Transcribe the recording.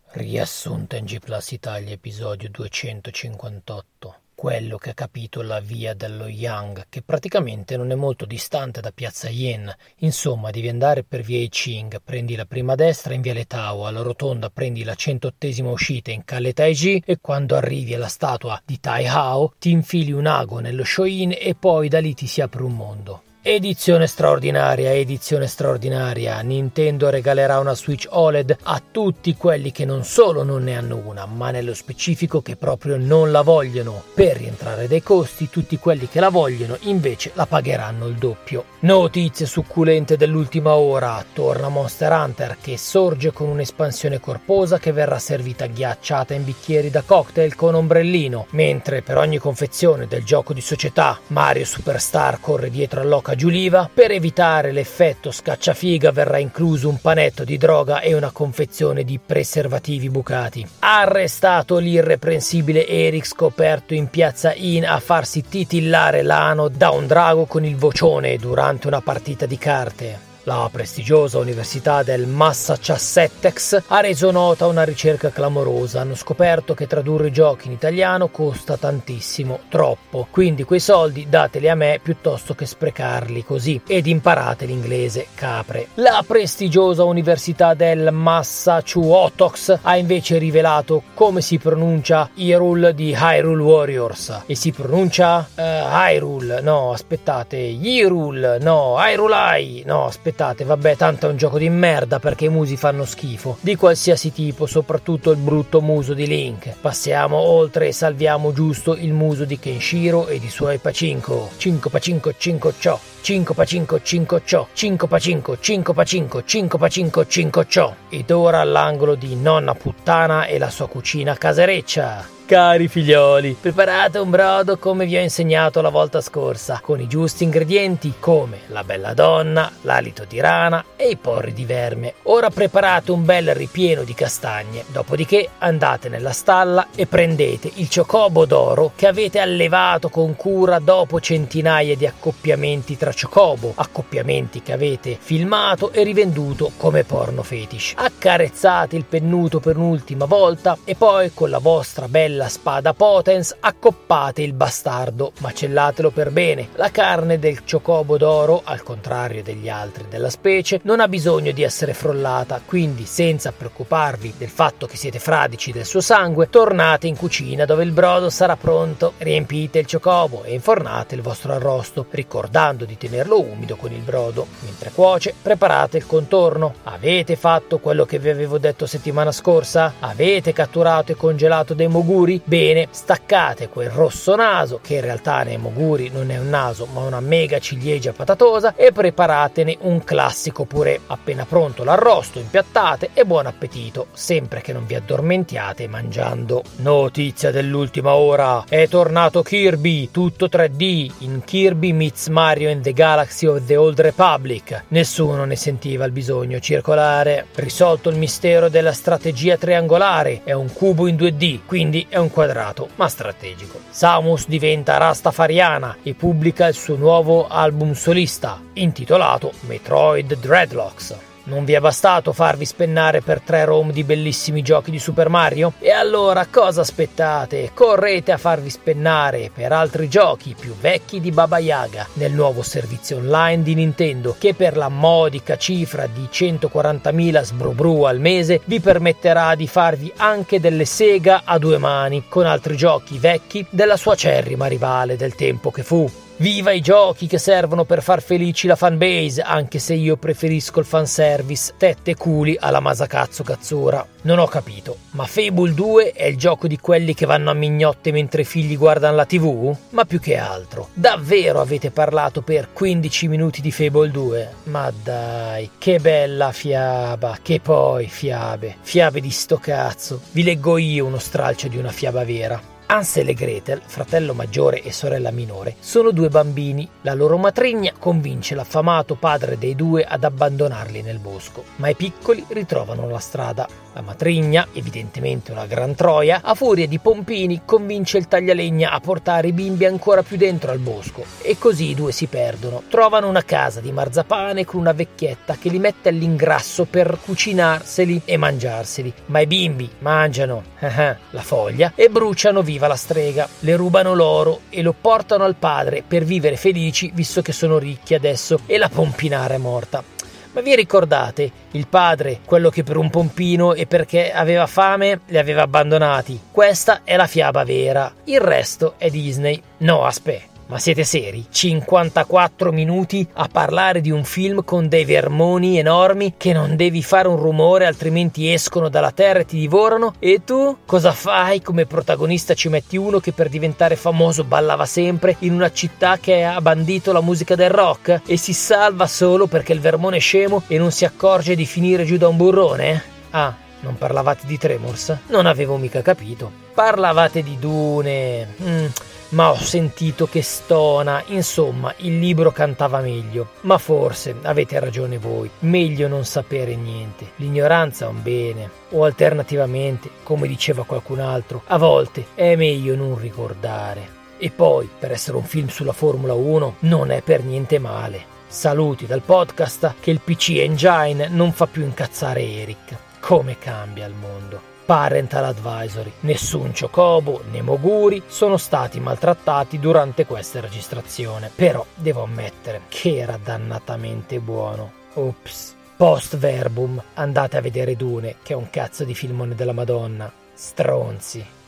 Riassunta in G Plus Italia, episodio 258. Quello che ha capito la via dello Yang, che praticamente non è molto distante da piazza Yen. Insomma, devi andare per via I Ching, prendi la prima destra in viale Tao, alla rotonda prendi la 108esima uscita in calle Taiji e quando arrivi alla statua di Tai Hao ti infili un ago nello Shoin e poi da lì ti si apre un mondo. Edizione straordinaria, Nintendo regalerà una Switch OLED a tutti quelli che non solo non ne hanno una, ma nello specifico che proprio non la vogliono. Per rientrare dai costi, tutti quelli che la vogliono invece la pagheranno il doppio. Notizie succulente dell'ultima ora, torna Monster Hunter che sorge con un'espansione corposa che verrà servita ghiacciata in bicchieri da cocktail con ombrellino, mentre per ogni confezione del gioco di società Mario Superstar corre dietro all'oca Giuliva. Per evitare l'effetto scacciafiga verrà incluso un panetto di droga e una confezione di preservativi bucati. Arrestato l'irreprensibile Eric scoperto in piazza In a farsi titillare l'ano da un drago con il vocione durante una partita di carte. La prestigiosa Università del Massachusetts ha reso nota una ricerca clamorosa. Hanno scoperto che tradurre i giochi in italiano costa tantissimo, troppo. Quindi quei soldi dateli a me piuttosto che sprecarli così. Ed imparate l'inglese, capre. La prestigiosa Università del Massachusetts ha invece rivelato come si pronuncia Hyrule di Hyrule Warriors. E si pronuncia Hyrule, no aspettate, Hyrule, no, Hyrule, no aspettate. Vabbè, tanto è un gioco di merda perché i musi fanno schifo, di qualsiasi tipo, soprattutto il brutto muso di Link. Passiamo oltre e salviamo giusto il muso di Kenshiro ed i suoi Pachinko. 5 Pachinko 5 Cho, 5 Pachinko 5 Cho, 5 Pachinko 5 Pachinko 5 Pachinko 5 Cho. Ed ora all'angolo di Nonna Puttana e la sua cucina casereccia. Cari figlioli, preparate un brodo come vi ho insegnato la volta scorsa, con i giusti ingredienti come la bella donna, l'alito di rana e i porri di verme. Ora preparate un bel ripieno di castagne, dopodiché andate nella stalla e prendete il ciocobo d'oro che avete allevato con cura dopo centinaia di accoppiamenti tra ciocobo, accoppiamenti che avete filmato e rivenduto come porno fetish. Accarezzate il pennuto per un'ultima volta e poi con la vostra bella spada potens accoppate il bastardo, macellatelo per bene. La carne del ciocobo d'oro, al contrario degli altri della specie, non ha bisogno di essere frollata, quindi senza preoccuparvi del fatto che siete fradici del suo sangue, tornate in cucina dove il brodo sarà pronto, riempite il ciocobo e infornate il vostro arrosto, ricordando di tenerlo umido con il brodo. Mentre cuoce, preparate il contorno. Avete fatto quello che vi avevo detto settimana scorsa? Avete catturato e congelato dei moguri? Bene, staccate quel rosso naso, che in realtà nei moguri non è un naso ma una mega ciliegia patatosa, e preparatene un classico purè. Appena pronto l'arrosto, impiattate e buon appetito, sempre che non vi addormentiate mangiando. Notizia dell'ultima ora, è tornato Kirby, tutto 3D, in Kirby Meets Mario and the Galaxy of the Old Republic. Nessuno ne sentiva il bisogno circolare. Risolto il mistero della strategia triangolare, è un cubo in 2D, quindi è un quadrato, ma strategico. Samus diventa rastafariana e pubblica il suo nuovo album solista, intitolato Metroid Dreadlocks. Non vi è bastato farvi spennare per 3 ROM di bellissimi giochi di Super Mario? E allora cosa aspettate? Correte a farvi spennare per altri giochi più vecchi di Baba Yaga nel nuovo servizio online di Nintendo, che per la modica cifra di 140.000 sbrubru al mese vi permetterà di farvi anche delle Sega a 2 mani con altri giochi vecchi della sua acerrima rivale del tempo che fu. Viva i giochi che servono per far felici la fanbase, anche se io preferisco il fanservice, tette e culi alla Masakatsu Katsura. Non ho capito, ma Fable 2 è il gioco di quelli che vanno a mignotte mentre i figli guardano la TV? Ma più che altro, davvero avete parlato per 15 minuti di Fable 2? Ma dai, che bella fiaba, che poi fiabe di sto cazzo. Vi leggo io uno stralcio di una fiaba vera. Hansel e Gretel, fratello maggiore e sorella minore, sono due bambini. La loro matrigna convince l'affamato padre dei due ad abbandonarli nel bosco, ma i piccoli ritrovano la strada. La matrigna, evidentemente una gran troia, a furia di pompini convince il taglialegna a portare i bimbi ancora più dentro al bosco e così i due si perdono. Trovano una casa di marzapane con una vecchietta che li mette all'ingrasso per cucinarseli e mangiarseli, ma i bimbi mangiano la foglia e bruciano viva la strega. Le rubano l'oro e lo portano al padre per vivere felici visto che sono ricchi adesso e la pompinara è morta. Ma vi ricordate il padre, quello che per un pompino e perché aveva fame li aveva abbandonati? Questa è la fiaba vera, il resto è Disney. No, aspetta. Ma siete seri? 54 minuti a parlare di un film con dei vermoni enormi che non devi fare un rumore altrimenti escono dalla terra e ti divorano? E tu? Cosa fai? Come protagonista ci metti uno che per diventare famoso ballava sempre in una città che ha bandito la musica del rock e si salva solo perché il vermone è scemo e non si accorge di finire giù da un burrone? Ah, non parlavate di Tremors? Non avevo mica capito. Parlavate di Dune. Ma ho sentito che stona, insomma, il libro cantava meglio. Ma forse avete ragione voi, meglio non sapere niente. L'ignoranza è un bene. O alternativamente, come diceva qualcun altro, a volte è meglio non ricordare. E poi, per essere un film sulla Formula 1, non è per niente male. Saluti dal podcast che il PC Engine non fa più incazzare Eric. Come cambia il mondo. Parental Advisory. Nessun Chocobo né Moguri sono stati maltrattati durante questa registrazione, però devo ammettere che era dannatamente buono. Ops. Post verbum, andate a vedere Dune, che è un cazzo di filmone della Madonna. Stronzi.